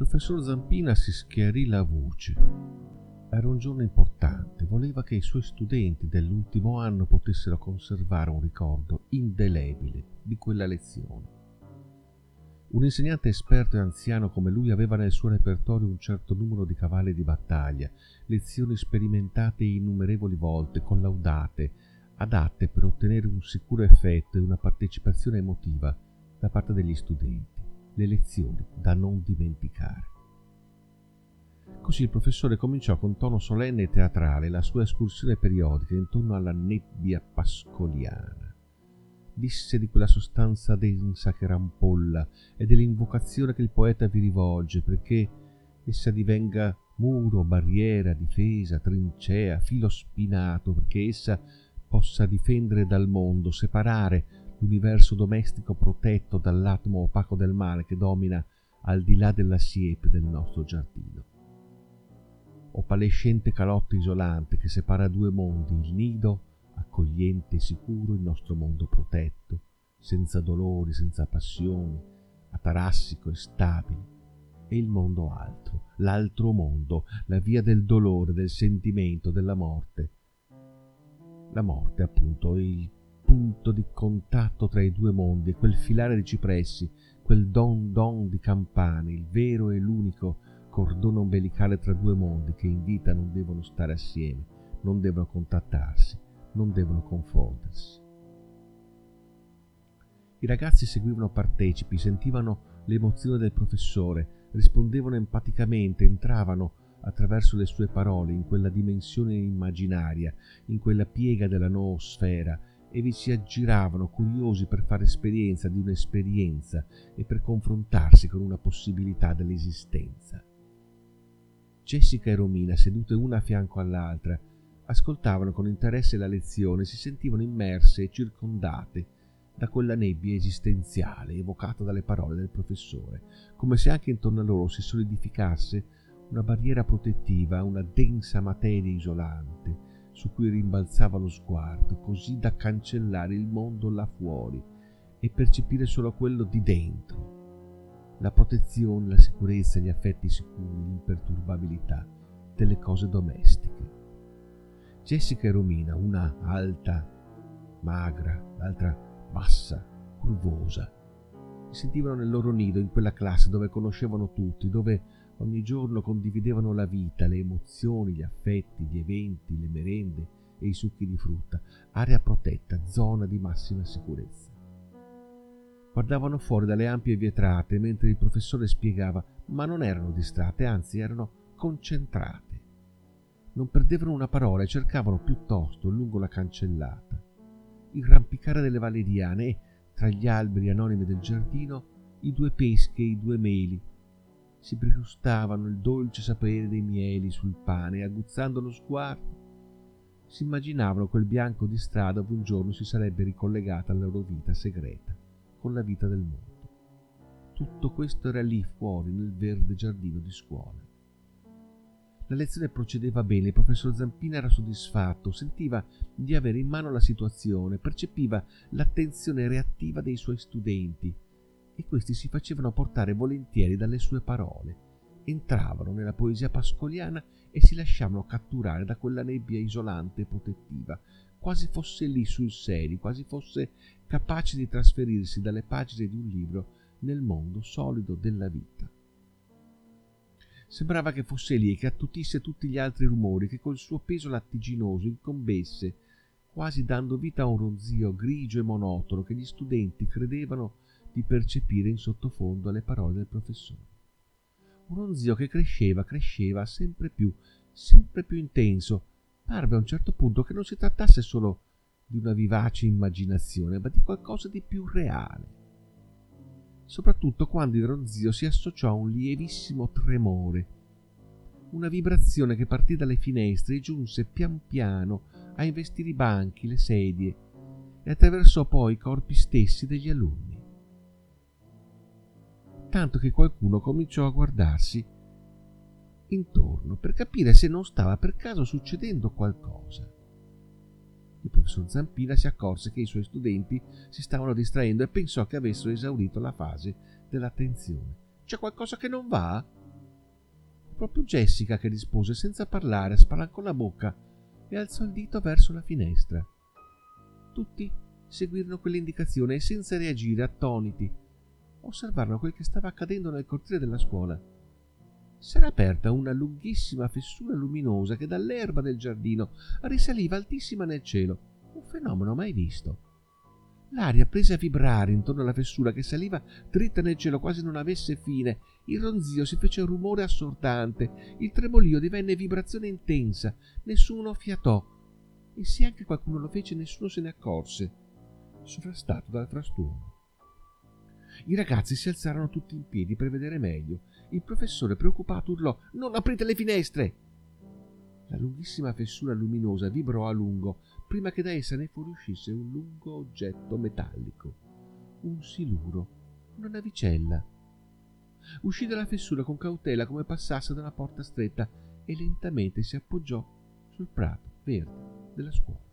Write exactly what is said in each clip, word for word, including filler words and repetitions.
professor Zampina si schiarì la voce. Era un giorno importante, voleva che i suoi studenti dell'ultimo anno potessero conservare un ricordo indelebile di quella lezione. Un insegnante esperto e anziano come lui aveva nel suo repertorio un certo numero di cavalli di battaglia, lezioni sperimentate innumerevoli volte, collaudate, adatte per ottenere un sicuro effetto e una partecipazione emotiva da parte degli studenti, le lezioni da non dimenticare. Così il professore cominciò con tono solenne e teatrale la sua escursione periodica intorno alla nebbia pascoliana. Disse di quella sostanza densa che rampolla e dell'invocazione che il poeta vi rivolge perché essa divenga muro, barriera, difesa, trincea, filo spinato, perché essa possa difendere dal mondo, separare l'universo domestico protetto dall'atomo opaco del male che domina al di là della siepe del nostro giardino. Opalescente calotta isolante che separa due mondi, il nido accogliente e sicuro, il nostro mondo protetto, senza dolori, senza passioni, atarassico e stabile, e il mondo altro, l'altro mondo, la via del dolore, del sentimento, della morte. La morte, appunto, è il punto di contatto tra i due mondi, quel filare di cipressi, quel don don di campane, il vero e l'unico cordone ombelicale tra due mondi che in vita non devono stare assieme, non devono contattarsi, non devono confondersi. I ragazzi seguivano partecipi, sentivano l'emozione del professore, rispondevano empaticamente, entravano attraverso le sue parole in quella dimensione immaginaria, in quella piega della noosfera, e vi si aggiravano curiosi per fare esperienza di un'esperienza e per confrontarsi con una possibilità dell'esistenza. Jessica e Romina, sedute una a fianco all'altra, ascoltavano con interesse la lezione e si sentivano immerse e circondate da quella nebbia esistenziale evocata dalle parole del professore, come se anche intorno a loro si solidificasse una barriera protettiva, una densa materia isolante su cui rimbalzava lo sguardo, così da cancellare il mondo là fuori e percepire solo quello di dentro, la protezione, la sicurezza, gli affetti sicuri, l'imperturbabilità delle cose domestiche. Jessica e Romina, una alta, magra, l'altra bassa, curvosa, si sentivano nel loro nido in quella classe dove conoscevano tutti, dove ogni giorno condividevano la vita, le emozioni, gli affetti, gli eventi, le merende e i succhi di frutta, area protetta, zona di massima sicurezza. Guardavano fuori dalle ampie vetrate mentre il professore spiegava, ma non erano distratte, anzi erano concentrate. Non perdevano una parola e cercavano piuttosto, lungo la cancellata, il rampicare delle valeriane e, tra gli alberi anonimi del giardino, i due peschi e i due meli. Si pregustavano il dolce sapere dei mieli sul pane e, aguzzando lo sguardo, si immaginavano quel bianco di strada dove un giorno si sarebbe ricollegata alla loro vita segreta con la vita del mondo. Tutto questo era lì fuori nel verde giardino di scuola. La lezione procedeva bene, il professor Zampina era soddisfatto, sentiva di avere in mano la situazione, percepiva l'attenzione reattiva dei suoi studenti e questi si facevano portare volentieri dalle sue parole, entravano nella poesia pascoliana e si lasciavano catturare da quella nebbia isolante e protettiva, quasi fosse lì sul serio, quasi fosse capace di trasferirsi dalle pagine di un libro nel mondo solido della vita. Sembrava che fosse lì e che attutisse tutti gli altri rumori, che col suo peso lattiginoso incombesse, quasi dando vita a un ronzio grigio e monotono che gli studenti credevano di percepire in sottofondo alle parole del professore. Un ronzio che cresceva, cresceva, sempre più, sempre più intenso. Parve a un certo punto che non si trattasse solo di una vivace immaginazione, ma di qualcosa di più reale. Soprattutto quando il ronzio si associò a un lievissimo tremore, una vibrazione che partì dalle finestre e giunse pian piano a investire i banchi, le sedie e attraversò poi i corpi stessi degli alunni. Tanto che qualcuno cominciò a guardarsi intorno per capire se non stava per caso succedendo qualcosa. Il professor Zampina si accorse che i suoi studenti si stavano distraendo e pensò che avessero esaurito la fase dell'attenzione. «C'è qualcosa che non va?» proprio Jessica che rispose senza parlare, spalancò la bocca e alzò il dito verso la finestra. Tutti seguirono quell'indicazione e senza reagire, attoniti, osservarono quel che stava accadendo nel cortile della scuola. S'era aperta una lunghissima fessura luminosa che dall'erba del giardino risaliva altissima nel cielo, un fenomeno mai visto. L'aria prese a vibrare intorno alla fessura che saliva dritta nel cielo quasi non avesse fine. Il ronzio si fece un rumore assordante, il tremolio divenne vibrazione intensa, nessuno fiatò, e se anche qualcuno lo fece nessuno se ne accorse, sovrastato dal frastuono. I ragazzi si alzarono tutti in piedi per vedere meglio. Il professore, preoccupato, urlò: «Non aprite le finestre!» La lunghissima fessura luminosa vibrò a lungo prima che da essa ne fuoriuscisse un lungo oggetto metallico, un siluro, una navicella. Uscì dalla fessura con cautela come passasse da una porta stretta e lentamente si appoggiò sul prato verde della scuola.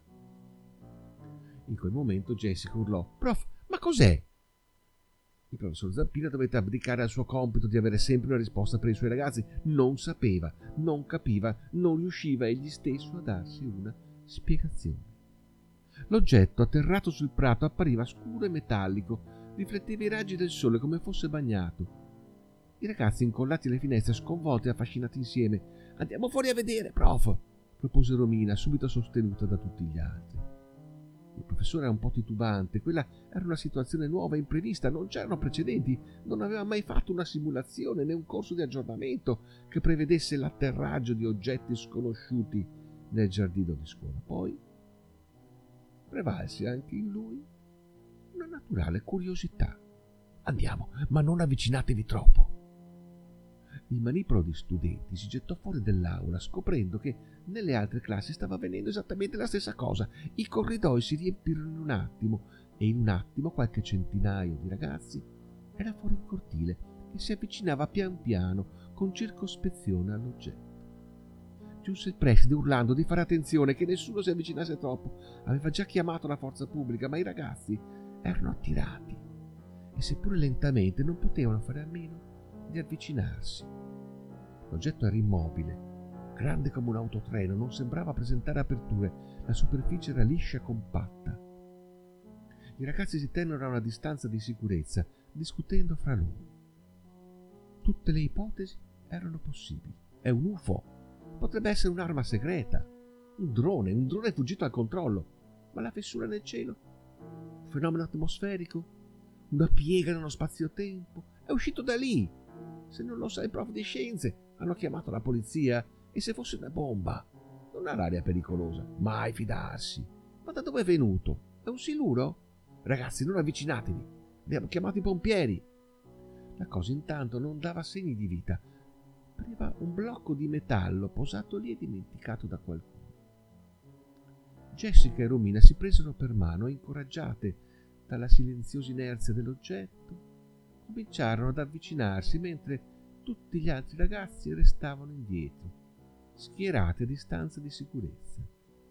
In quel momento Jessica urlò: «Prof, ma cos'è?» Il professor Zampina dovette abdicare al suo compito di avere sempre una risposta per i suoi ragazzi. Non sapeva, non capiva, non riusciva egli stesso a darsi una spiegazione. L'oggetto atterrato sul prato appariva scuro e metallico, rifletteva i raggi del sole come fosse bagnato. I ragazzi, incollati alle finestre, sconvolti e affascinati insieme: «Andiamo fuori a vedere, prof!» propose Romina, subito sostenuta da tutti gli altri. Il professore era un po' titubante, quella era una situazione nuova e imprevista, non c'erano precedenti, non aveva mai fatto una simulazione né un corso di aggiornamento che prevedesse l'atterraggio di oggetti sconosciuti nel giardino di scuola. Poi prevalse anche in lui una naturale curiosità. «Andiamo, ma non avvicinatevi troppo!» Il manipolo di studenti si gettò fuori dell'aula, scoprendo che nelle altre classi stava avvenendo esattamente la stessa cosa. I corridoi si riempirono in un attimo e in un attimo qualche centinaio di ragazzi era fuori in cortile e si avvicinava pian piano con circospezione all'oggetto. Giunse il preside urlando di fare attenzione, che nessuno si avvicinasse troppo. Aveva già chiamato la forza pubblica, ma i ragazzi erano attirati e seppure lentamente non potevano fare a meno di avvicinarsi. L'oggetto era immobile, grande come un autotreno, non sembrava presentare aperture, la superficie era liscia e compatta. I ragazzi si tennero a una distanza di sicurezza, discutendo fra loro. Tutte le ipotesi erano possibili. È un U F O, potrebbe essere un'arma segreta, un drone, un drone fuggito al controllo, ma la fessura nel cielo? Un fenomeno atmosferico? Una piega nello spazio-tempo? È uscito da lì! Se non lo sa il prof di scienze, hanno chiamato la polizia, e se fosse una bomba? Non ha l'aria pericolosa, mai fidarsi. Ma da dove è venuto? È un siluro? Ragazzi, non avvicinatevi, abbiamo chiamato i pompieri. La cosa intanto non dava segni di vita. Pareva un blocco di metallo posato lì e dimenticato da qualcuno. Jessica e Romina si presero per mano e, incoraggiate dalla silenziosa inerzia dell'oggetto, cominciarono ad avvicinarsi mentre tutti gli altri ragazzi restavano indietro, schierati a distanza di sicurezza.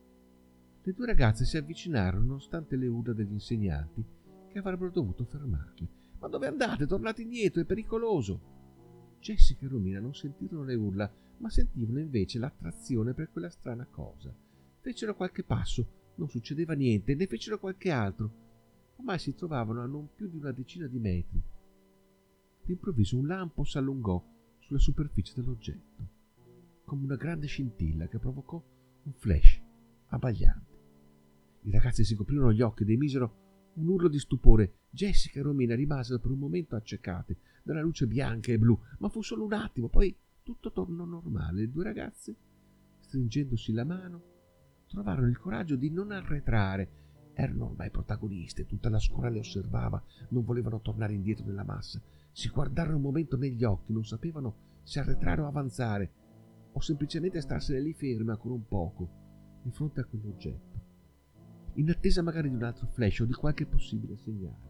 Le due ragazze si avvicinarono nonostante le urla degli insegnanti che avrebbero dovuto fermarle. «Ma dove andate? Tornate indietro, è pericoloso!» Jessica e Romina non sentirono le urla, ma sentivano invece l'attrazione per quella strana cosa. Fecero qualche passo, non succedeva niente, ne fecero qualche altro. Ormai si trovavano a non più di una decina di metri. D'improvviso un lampo s'allungò sulla superficie dell'oggetto, come una grande scintilla che provocò un flash abbagliante. I ragazzi si coprirono gli occhi ed emisero un urlo di stupore. Jessica e Romina rimasero per un momento accecate dalla luce bianca e blu, ma fu solo un attimo, poi tutto tornò normale. Le due ragazze, stringendosi la mano, trovarono il coraggio di non arretrare. Erano ormai protagoniste, tutta la scuola le osservava, non volevano tornare indietro nella massa. Si guardarono un momento negli occhi, non sapevano se arretrare o avanzare, o semplicemente starsene lì ferme ancora un poco, di fronte a quell'oggetto, in attesa magari di un altro flash o di qualche possibile segnale,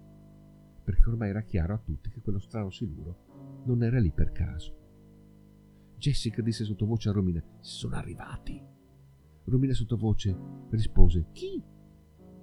perché ormai era chiaro a tutti che quello strano siluro non era lì per caso. Jessica disse sottovoce a Romina: «Sono arrivati!» Romina sottovoce rispose: «Chi?»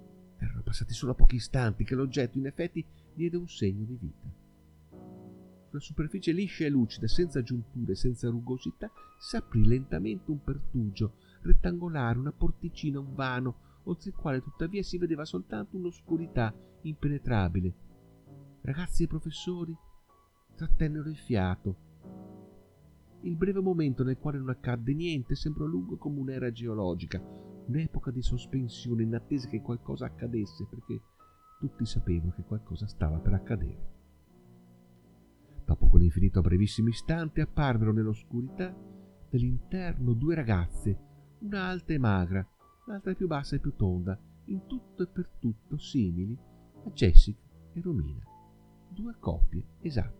Erano passati solo pochi istanti che l'oggetto in effetti diede un segno di vita. Sulla superficie liscia e lucida, senza giunture, senza rugosità, s'aprì lentamente un pertugio rettangolare, una porticina, un vano, oltre il quale tuttavia si vedeva soltanto un'oscurità impenetrabile. Ragazzi e professori trattennero il fiato. Il breve momento nel quale non accadde niente sembrò lungo come un'era geologica, un'epoca di sospensione in attesa che qualcosa accadesse, perché tutti sapevano che qualcosa stava per accadere. Dopo quell'infinito brevissimo istante apparvero nell'oscurità dell'interno due ragazze, una alta e magra, l'altra più bassa e più tonda, in tutto e per tutto simili a Jessica e Romina, due coppie esatte.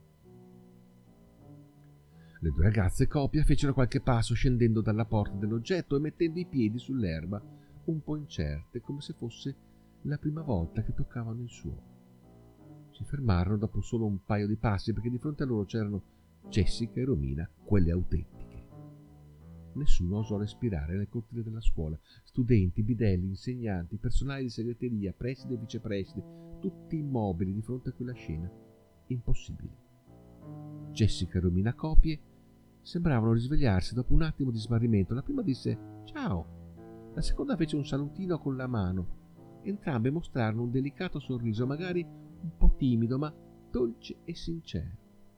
Le due ragazze coppia fecero qualche passo scendendo dalla porta dell'oggetto e mettendo i piedi sull'erba, un po' incerte, come se fosse la prima volta che toccavano il suolo. Si fermarono dopo solo un paio di passi perché di fronte a loro c'erano Jessica e Romina, quelle autentiche. Nessuno osò respirare nel cortile della scuola. Studenti, bidelli, insegnanti, personale di segreteria, preside e vicepreside, tutti immobili di fronte a quella scena. Impossibile. Jessica e Romina coppie sembravano risvegliarsi dopo un attimo di smarrimento. La prima disse «Ciao». La seconda fece un salutino con la mano. Entrambe mostrarono un delicato sorriso, magari un po' timido, ma dolce e sincero.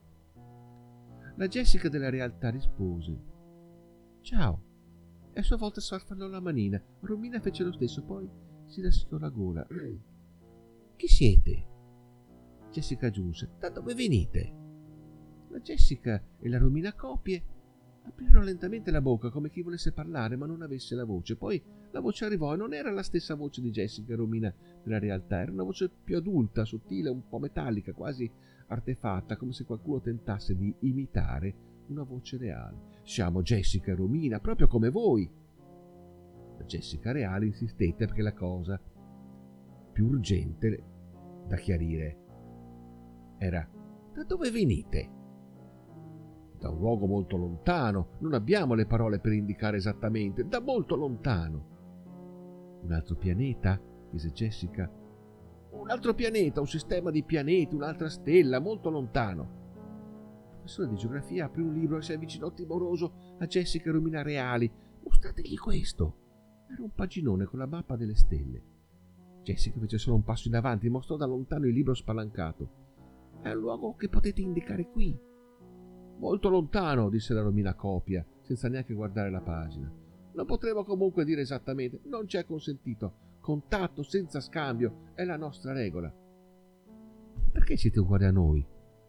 La Jessica della realtà rispose «Ciao» e a sua volta sfarfallò la manina. Romina fece lo stesso, poi si raschiò la gola. «Chi siete?» Jessica aggiunse «Da dove venite?» La Jessica e la Romina coppie aprirono lentamente la bocca come chi volesse parlare ma non avesse la voce. Poi la voce arrivò e non era la stessa voce di Jessica e Romina della realtà, era una voce più adulta, sottile, un po' metallica, quasi artefatta, come se qualcuno tentasse di imitare una voce reale. «Siamo Jessica e Romina, proprio come voi!» La Jessica reale insistette perché la cosa più urgente da chiarire era «Da dove venite?» «Da un luogo molto lontano, non abbiamo le parole per indicare esattamente, da molto lontano». «Un altro pianeta?» chiese Jessica. «Un altro pianeta, un sistema di pianeti, un'altra stella, molto lontano». Il professore di geografia aprì un libro e si avvicinò timoroso a Jessica e Romina reali. «Mostrategli questo». Era un paginone con la mappa delle stelle. Jessica fece solo un passo in avanti e mostrò da lontano il libro spalancato. «È un luogo che potete indicare qui». «Molto lontano», disse la Romina coppia, senza neanche guardare la pagina. «Non potremo comunque dire esattamente, non ci è consentito. Contatto senza scambio è la nostra regola». «Perché siete uguali a noi?»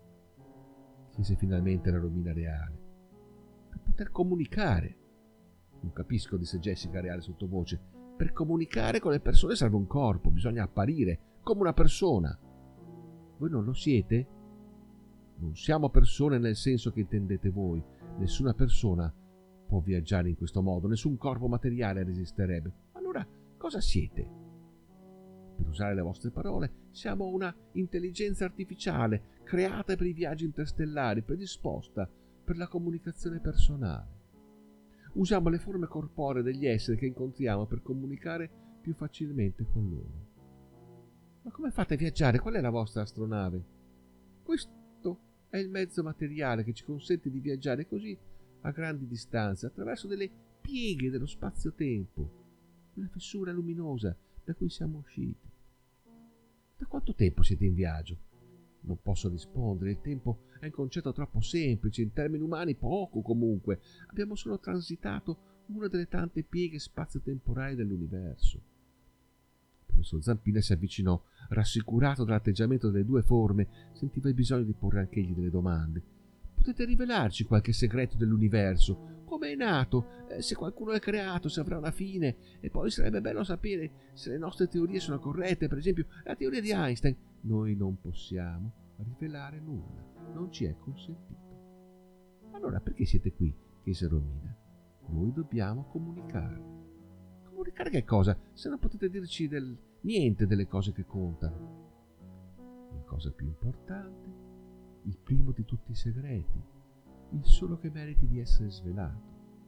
chiese finalmente la Romina reale. «Per poter comunicare». «Non capisco», disse Jessica reale sottovoce. «Per comunicare con le persone serve un corpo, bisogna apparire come una persona». «Voi non lo siete?» «Non siamo persone nel senso che intendete voi. Nessuna persona può viaggiare in questo modo, nessun corpo materiale resisterebbe. Allora cosa siete?» «Per usare le vostre parole, siamo una intelligenza artificiale creata per i viaggi interstellari, predisposta per la comunicazione personale. Usiamo le forme corporee degli esseri che incontriamo per comunicare più facilmente con loro». «Ma come fate a viaggiare? Qual è la vostra astronave?» «Questo è il mezzo materiale che ci consente di viaggiare così a grandi distanze attraverso delle pieghe dello spazio-tempo, una fessura luminosa da cui siamo usciti». «Da quanto tempo siete in viaggio?» «Non posso rispondere, il tempo è un concetto troppo semplice, in termini umani poco comunque. Abbiamo solo transitato una delle tante pieghe spazio-temporali dell'universo». Il professor Zampina si avvicinò, rassicurato dall'atteggiamento delle due forme, sentiva il bisogno di porre anch'egli delle domande. «Potete rivelarci qualche segreto dell'universo? Come è nato? Eh, se qualcuno l'ha creato, se avrà una fine? E poi sarebbe bello sapere se le nostre teorie sono corrette, per esempio la teoria di Einstein». «Noi non possiamo rivelare nulla, non ci è consentito». «Allora perché siete qui?» chiese Romina. «Noi dobbiamo comunicare». «Comunicare che cosa? Se non potete dirci del... niente delle cose che contano». «La cosa più importante, il primo di tutti i segreti, il solo che meriti di essere svelato.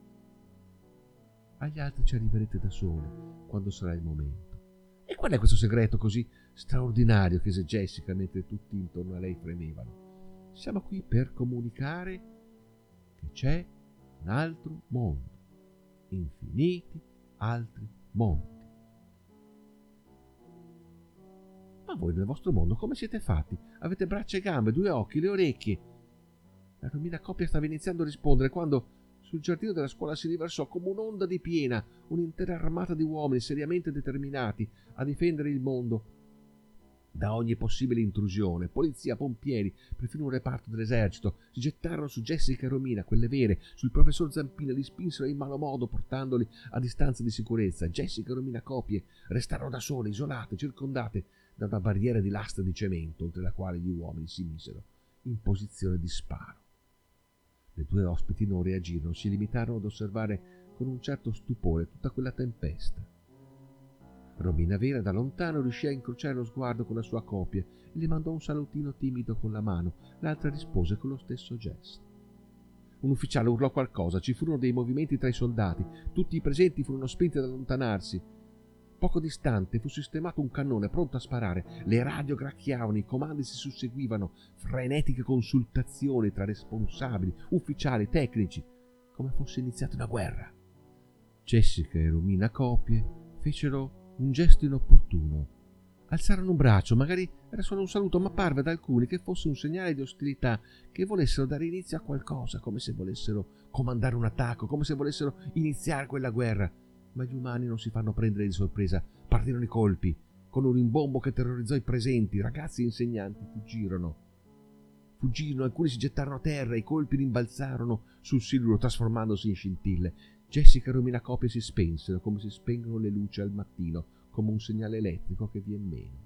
Agli altri ci arriverete da soli, quando sarà il momento». «E qual è questo segreto così straordinario?» chiese Jessica mentre tutti intorno a lei fremevano. Siamo qui per comunicare che c'è un altro mondo, infiniti altri mondi. Ma voi nel vostro mondo come siete fatti? Avete braccia e gambe, due occhi, le orecchie. La Romina Coppia stava iniziando a rispondere quando sul giardino della scuola si riversò come un'onda di piena un'intera armata di uomini seriamente determinati a difendere il mondo da ogni possibile intrusione. Polizia, pompieri, perfino un reparto dell'esercito si gettarono su Jessica e Romina, quelle vere, sul professor Zampina, li spinsero in malo modo portandoli a distanza di sicurezza. Jessica e Romina Copie restarono da sole, isolate, circondate da una barriera di lastre di cemento oltre la quale gli uomini si misero in posizione di sparo. Le due ospiti non reagirono, si limitarono ad osservare con un certo stupore tutta quella tempesta. Romina Vera da lontano riuscì a incrociare lo sguardo con la sua copia e le mandò un salutino timido con la mano. L'altra rispose con lo stesso gesto. Un ufficiale urlò qualcosa, ci furono dei movimenti tra i soldati, tutti i presenti furono spinti ad allontanarsi. Poco distante fu sistemato un cannone pronto a sparare, le radio gracchiavano, i comandi si susseguivano, frenetiche consultazioni tra responsabili, ufficiali, tecnici, come fosse iniziata una guerra. Jessica e Romina Copie fecero un gesto inopportuno. Alzarono un braccio, magari era solo un saluto, ma parve ad alcuni che fosse un segnale di ostilità, che volessero dare inizio a qualcosa, come se volessero comandare un attacco, come se volessero iniziare quella guerra. Ma gli umani non si fanno prendere di sorpresa. Partirono i colpi, con un rimbombo che terrorizzò i presenti. Ragazzi e insegnanti fuggirono. Fuggirono, alcuni si gettarono a terra, i colpi rimbalzarono sul siluro trasformandosi in scintille. Jessica e Romina Copie si spensero come si spengono le luci al mattino, come un segnale elettrico che vien meno.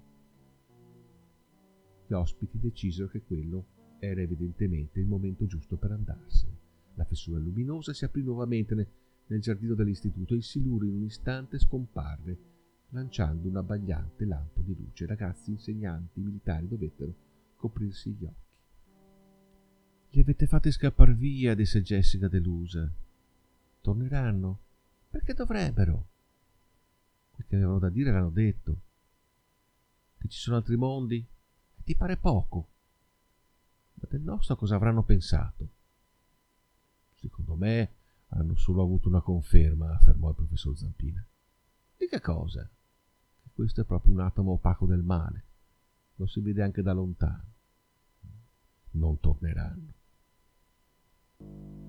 Gli ospiti decisero che quello era evidentemente il momento giusto per andarsene. La fessura luminosa si aprì nuovamente nel, nel giardino dell'istituto e il siluro in un istante scomparve, lanciando un abbagliante lampo di luce. Ragazzi, insegnanti, militari dovettero coprirsi gli occhi. Li avete fatti scappar via, disse Jessica delusa. Torneranno? Perché dovrebbero? Quel che avevano da dire l'hanno detto. Che ci sono altri mondi? E ti pare poco? Ma del nostro cosa avranno pensato? Secondo me hanno solo avuto una conferma, affermò il professor Zampina. Di che cosa? Che questo è proprio un atomo opaco del male. Lo si vede anche da lontano. Non torneranno.